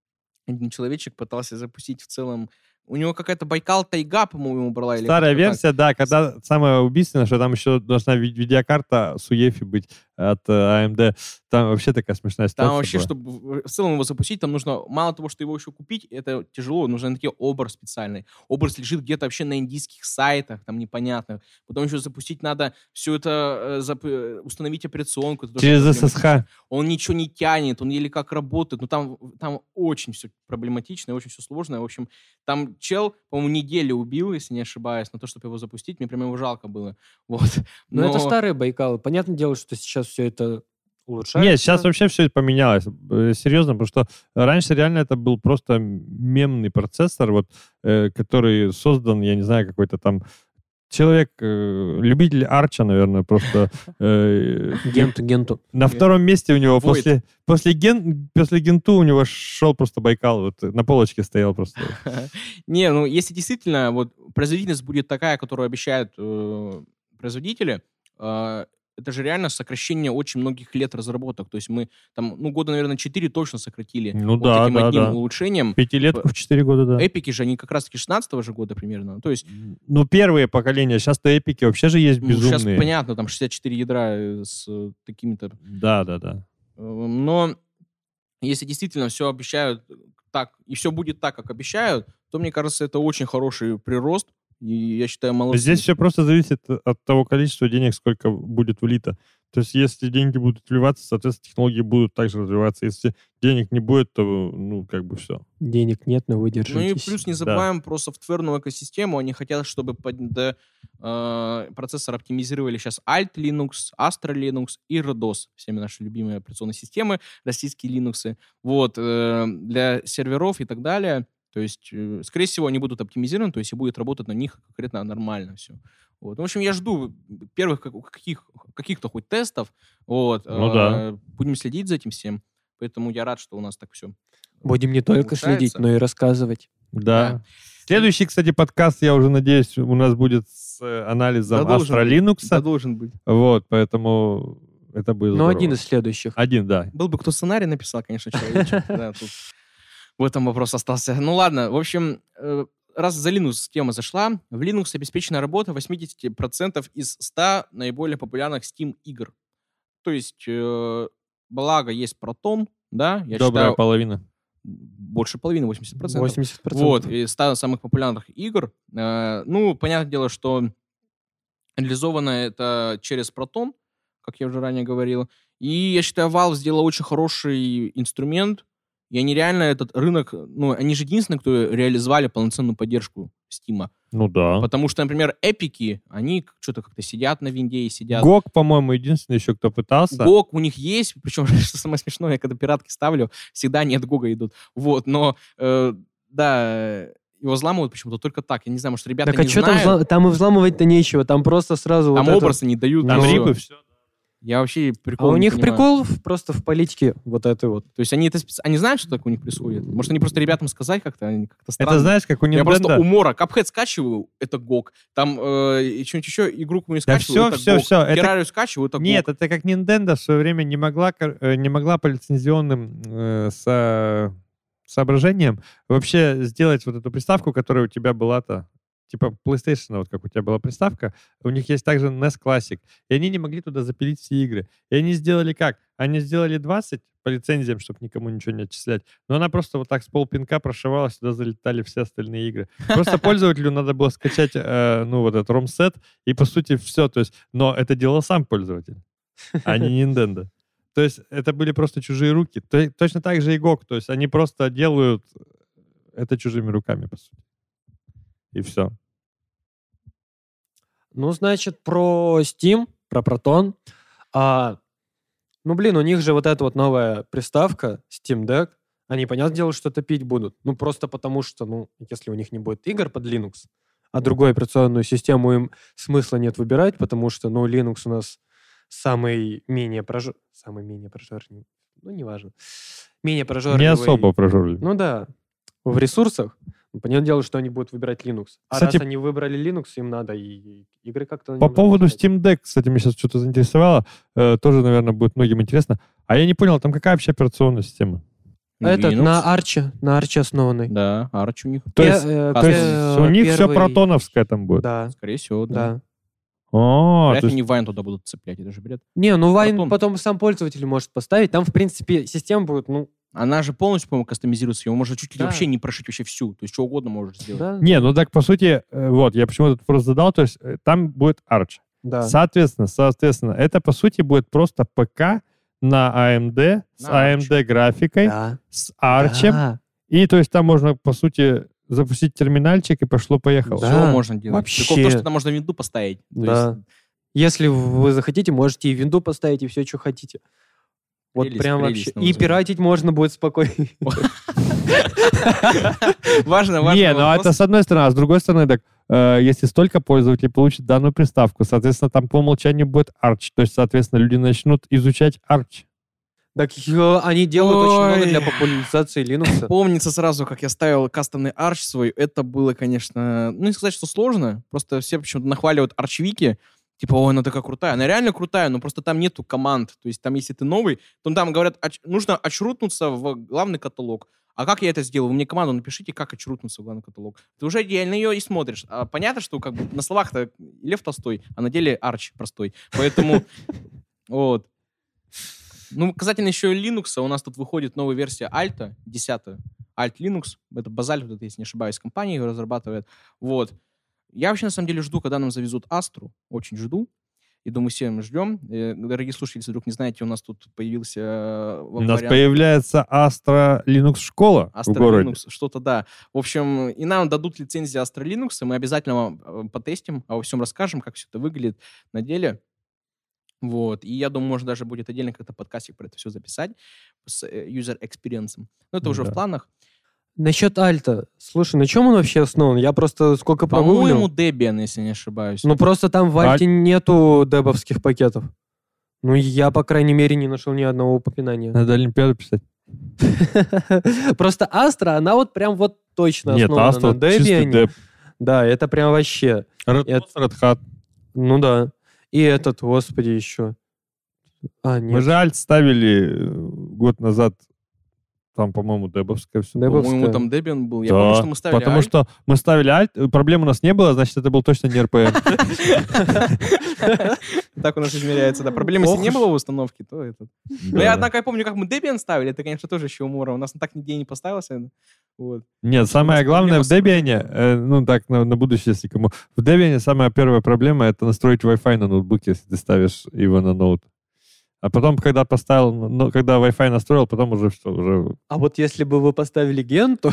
один человечек пытался запустить в целом... У него какая-то Байкал Тайга, по-моему, брала. Или Старая как-то так. версия, да, когда самое убийственное, что там еще должна ви- видеокарта с ю и эф и быть от э, а эм ди. Там вообще такая смешная ситуация Там вообще, была. чтобы в в целом его запустить, там нужно, мало того, что его еще купить, это тяжело, нужен такой образ специальный. Образ лежит где-то вообще на индийских сайтах, там непонятно. Потом еще запустить надо все это, э, зап- э, установить операционку. это тоже Через проблематично. эс эс эйч. Он ничего не тянет, он еле как работает. Ну, там, там очень все проблематично, очень все сложно. В общем, там чел, по-моему, неделю убил, если не ошибаюсь, на то, чтобы его запустить. Мне прям его жалко было. Вот. Но это Но- старые Байкалы. Понятное дело, что сейчас все это улучшается. Нет, сейчас вообще все это поменялось. Э, Серьезно, потому что раньше реально это был просто мемный процессор, вот, э, который создан, я не знаю, какой-то там человек, э, любитель Арча, наверное, просто э, Генту, генту. на втором месте у него Void. после, после, ген, после Генту у него шел просто Байкал, вот на полочке стоял просто. Не, ну если действительно вот производительность будет такая, которую обещают э, производители, э, это же реально сокращение очень многих лет разработок. То есть мы там, ну, года, наверное, четыре точно сократили Ну вот да, этим да, одним да. улучшением. Пятилетку в четыре года, да. Эпики же, они как раз-таки шестнадцатого же года примерно. То есть, Ну, первые поколения, сейчас-то эпики вообще же есть ну, сейчас безумные. понятно, там шестьдесят четыре ядра э, с э, такими-то... Да, да, да. э, Но если действительно все обещают так, и все будет так, как обещают, то, мне кажется, это очень хороший прирост. И я считаю, молодцы. Здесь все просто зависит от того количества денег, сколько будет влито. То есть, если деньги будут вливаться, соответственно, технологии будут также развиваться. Если денег не будет, то, ну, как бы все. Денег нет, но вы Ну и держитесь. плюс не забываем про софтверную экосистему. Они хотят, чтобы под да, э, процессор оптимизировали сейчас Alt Linux, Astra Linux и эр дос. Всеми наши любимые операционные системы, российские Linux. Вот, э, для серверов и так далее. То есть, э, скорее всего, они будут оптимизированы, то есть и будет работать на них конкретно нормально все. Вот. В общем, я жду первых как- каких, каких-то хоть тестов. Вот. Ну Э, да. Будем следить за этим всем. Поэтому я рад, что у нас так все. Будем не только улучшается. следить, но и рассказывать. Да. Да. Следующий, кстати, подкаст, я уже надеюсь, у нас будет с э, анализом Да, должен Astra быть. Linux. Да, должен быть. Вот, поэтому это будет Но здорово. один из следующих. Один, да. Был бы кто сценарий написал, конечно, человечек. Да, тут в этом вопрос остался. Ну ладно, в общем, э, раз за Linux тема зашла, в Linux обеспечена работа восемьдесят процентов из ста наиболее популярных Steam игр. То есть, э, благо есть Proton, да, я Добрая считаю, половина. больше половины, восемьдесят процентов. восемьдесят процентов. Вот, из ста самых популярных игр. Э, ну, понятное дело, что реализовано это через Proton, как я уже ранее говорил. И я считаю, Valve сделала очень хороший инструмент. И они реально этот рынок... Ну, они же единственные, кто реализовали полноценную поддержку Steam. Ну да. Потому что, например, эпики, они что-то как-то сидят на винде и сидят. Гог, по-моему, единственный еще, кто пытался. Гог у них есть, причем, что самое смешное, я когда пиратки ставлю, всегда нет Гога идут. Вот, но, э, да, его взламывают почему-то только так. Я не знаю, может, ребята Так а не что там, знают. взла- там и взламывать-то нечего, там просто сразу Там вот это- образы не дают. Там всё. рипы, все. Я вообще А прикол у не них понимаю. прикол в- просто в политике вот этой вот. То есть они это специ- они знают, что такое у них происходит? Может, они просто ребятам сказать как-то, они как-то странно. Это знаешь, как у Я просто Nintendo. умора. Капхед скачиваю, это гог. Там э, и что-нибудь еще, игру какую-нибудь Да скачиваю, всё, это всё, гог. всё, это- Террарию скачиваю, это Нет, гог. это как Nintendo в свое время не могла, кор- э, не могла по лицензионным э, со- соображениям вообще сделать вот эту приставку, которая у тебя была-то, типа PlayStation, вот как у тебя была приставка, у них есть также эн и эс Classic, и они не могли туда запилить все игры. И они сделали как? Они сделали двадцать по лицензиям, чтобы никому ничего не отчислять, но она просто вот так с полпинка прошивалась, сюда залетали все остальные игры. Просто пользователю надо было скачать, э, ну, вот этот ROM-сет, и, по сути, все. То есть, но это делал сам пользователь, а не Nintendo. То есть это были просто чужие руки. То- точно так же и гог. То есть они просто делают это чужими руками, по сути. И все. Ну, значит, про Steam, про Proton. А, ну, блин, у них же вот эта вот новая приставка Steam Deck. Они, понятное дело, что топить будут. Ну, просто потому что, ну, если у них не будет игр под Linux, а другую операционную систему им смысла нет выбирать, потому что, ну, Linux у нас самый менее прожор... Самый менее прожорливый. Ну, неважно. Менее прожорливый. Не особо прожорливый. Ну да, в ресурсах. Ну, понятное дело, что они будут выбирать Linux. А Кстати, раз они выбрали Linux, им надо и, и игры как-то... на По нем поводу запускать. Steam Deck, кстати, меня сейчас что-то заинтересовало. Э, тоже, наверное, будет многим интересно. А я не понял, там какая вообще операционная система? Этот, Linux. на Арче, на Арче основанный. Да, Arch у них. То Пе- есть, э, то есть пе- у них все первый- протоновское там будет? Да, Скорее всего, да. да. О, Вряд то ли есть- они Wine туда будут цеплять, это же бред. Не, ну Вайн Протон. потом сам пользователь может поставить. Там, в принципе, система будет, ну, Она же полностью, по-моему, кастомизируется. Его можно чуть ли Да. вообще не прошить вообще всю. То есть что угодно можешь сделать. да. Не, ну так по сути, э, вот, я почему этот вопрос задал, то есть э, там будет Arch. Да. Соответственно, соответственно, это по сути будет просто ПК на эй эм ди с На эй эм ди графикой, Да. с Arch. Да. И то есть там можно, по сути, запустить терминальчик и пошло-поехало. Да. Все можно делать. вообще. Прикол в том, что там можно винду поставить. То Да. есть Если вы захотите, можете и винду поставить, и все, что хотите. Вот Прелесть, прям прелесть, вообще. на И мой взгляд. пиратить можно будет спокойно. Важно, важно. Не, ну это с одной стороны, а с другой стороны, так, э, если столько пользователей получит данную приставку, соответственно, там по умолчанию будет Arch. То есть, соответственно, люди начнут изучать Arch. Так э, они делают очень много Ой. для популяризации Linux. Помнится сразу, как я ставил кастомный Arch свой. Это было, конечно, ну не сказать, что сложно. Просто все почему-то нахваливают Archwiki. Типа, ой, она такая крутая. Она реально крутая, но просто там нету команд. То есть там, если ты новый, то там говорят, оч- нужно очрутнуться в главный каталог. А как я это сделал? Вы мне команду напишите, как очрутнуться в главный каталог. Ты уже идеально ее и смотришь. А понятно, что как бы на словах-то Лев Толстой, а на деле Arch простой. Поэтому вот. Ну, касательно еще Linux, у нас тут выходит новая версия Alt, десятая. Alt Linux. Это Базаль, вот это, если не ошибаюсь, компания ее разрабатывает. Вот. Я вообще, на самом деле, жду, когда нам завезут Астру. Очень жду. И думаю, все мы ждем. Э, Дорогие слушатели, если вдруг не знаете, у нас тут появился... э, У нас вариант появляется Astra Linux школа в Astra городе. Linux, что-то, да. В общем, и нам дадут лицензию Astra Linux, и мы обязательно вам э, потестим, обо всем расскажем, как все это выглядит на деле. Вот. И я думаю, можно даже будет отдельно как-то подкастик про это все записать с э, user experience. Но это уже Да. в планах. Насчет Альта. Слушай, на чем он вообще основан? Я просто сколько По-моему, прогуглил. Debian, если не ошибаюсь. Ну просто там в Аль- Альте нету дебовских пакетов. Ну я, по крайней мере, не нашел ни одного упоминания. Надо Олимпиаду писать. Просто Астра, она вот прям вот точно Нет, основана Astra на чистый Debian. деп. Да, это прям вообще. Red Это- Red Hat. Ну да. И этот, господи, еще. А, Мы нет. же Alt ставили э, год назад, там, по-моему, дебовское все. Деб- По-моему, Дебовская. там Debian был. Я Да, помню, что мы ставили потому Alt. что мы ставили Alt, э, проблем у нас не было, значит, это был точно не эр пи эм. Так у нас измеряется, да. Проблемы, если Ох не уж. было в установке, то это... Но я, однако, я помню, как мы Debian ставили. Это, конечно, тоже еще умора. У нас он так нигде не поставился. Вот. Нет, самое нас главное в проблема с Debian, э, ну так, на, на будущее, если кому... В Debian самая первая проблема — это настроить Wi-Fi на ноутбуке, если ты ставишь его на ноут. А потом, когда поставил, ну, когда Wi-Fi настроил, потом уже все, уже... А вот если бы вы поставили Генту,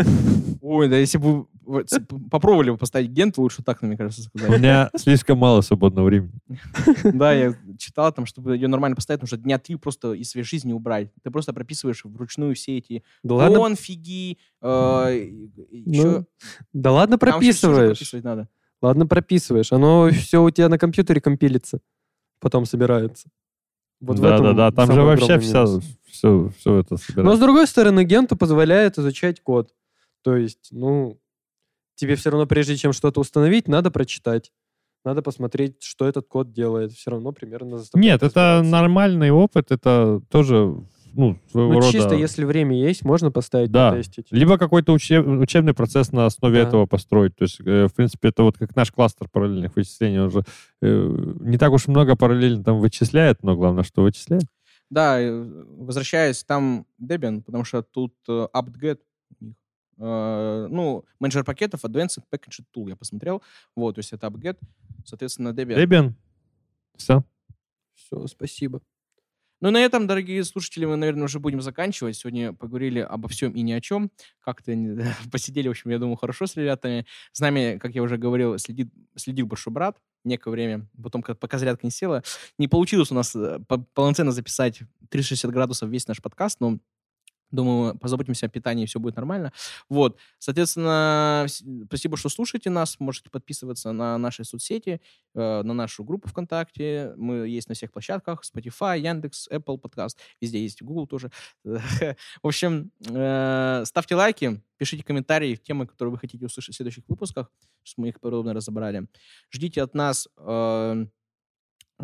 Ой, да если бы вы с- попробовали бы поставить Гент, лучше так, мне кажется, У сказать. меня слишком мало свободного времени. Да, я читал там, чтобы ее нормально поставить, нужно дня три просто из своей жизни убрать. Ты просто прописываешь вручную все эти да ладно, конфиги, э, и- и ну, еще... да ладно Там еще всё же прописываешь. прописывать надо. Ладно прописываешь. Оно все у тебя на компьютере компилится. Потом собирается. Вот в да, этом да, да, там же самый вообще огромный вся, минус. все, все это Но, собирается. с другой стороны, Генту позволяет изучать код. То есть, ну, тебе все равно, прежде чем что-то установить, надо прочитать. Надо посмотреть, что этот код делает. Все равно примерно заставляет Нет, это разбираться. нормальный опыт, это тоже, ну, своего Ну, рода... чисто, если время есть, можно поставить, Да. потестить. Либо какой-то учеб- учебный процесс на основе Да. этого построить. То есть, э, в принципе, это вот как наш кластер параллельных вычислений. Он же э, не так уж много параллельно там вычисляет, но главное, что вычисляет. Да, э, возвращаясь, там Debian, потому что тут э, apt-get у них. Э, ну, менеджер пакетов Advanced Package Tool я посмотрел. Вот, то есть это apt-get. Соответственно, Debian. Debian. Все. Все, спасибо. Ну, на этом, дорогие слушатели, мы, наверное, уже будем заканчивать. Сегодня поговорили обо всем и ни о чем. Как-то не- посидели, в общем, я думаю, хорошо с ребятами. С нами, как я уже говорил, следит, следил большой брат некое время. Потом, как пока зарядка не села, не получилось у нас э, по- полноценно записать триста шестьдесят градусов весь наш подкаст, но думаю, позаботимся о питании, и все будет нормально. Вот. Соответственно, вс- спасибо, что слушаете нас. Можете подписываться на наши соцсети, э, на нашу группу ВКонтакте. Мы есть на всех площадках. Spotify, Яндекс, Apple Podcast. Везде есть, Google тоже. В общем, э, ставьте лайки, пишите комментарии в темы, которые вы хотите услышать в следующих выпусках, чтобы мы их подробно разобрали. Ждите от нас э,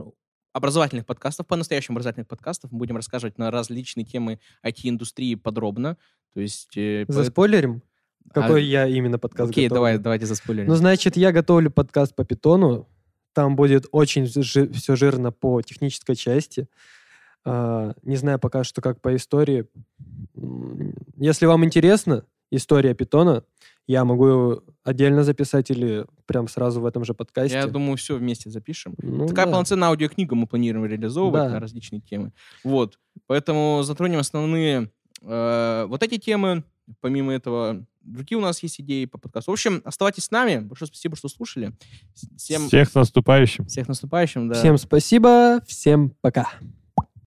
образовательных подкастов, по-настоящему образовательных подкастов. Мы будем рассказывать на различные темы ай ти-индустрии подробно. То есть... Э, Заспойлерим? Какой А, я именно подкаст Окей, готовлю? давай, давайте заспойлерим. Ну, значит, я готовлю подкаст по питону. Там будет очень жи- все жирно по технической части. А, не знаю пока что, как по истории. М, Если вам интересна история питона, я могу отдельно записать или прям сразу в этом же подкасте. Я думаю, все вместе запишем. Ну, Такая да. полноценная аудиокнига мы планируем реализовывать Да. на различные темы. Вот. Поэтому затронем основные э, вот эти темы. Помимо этого, другие у нас есть идеи по подкасту. В общем, оставайтесь с нами. Большое спасибо, что слушали. Всем, Всех с наступающим. всех наступающим. Да. Всем спасибо, всем пока.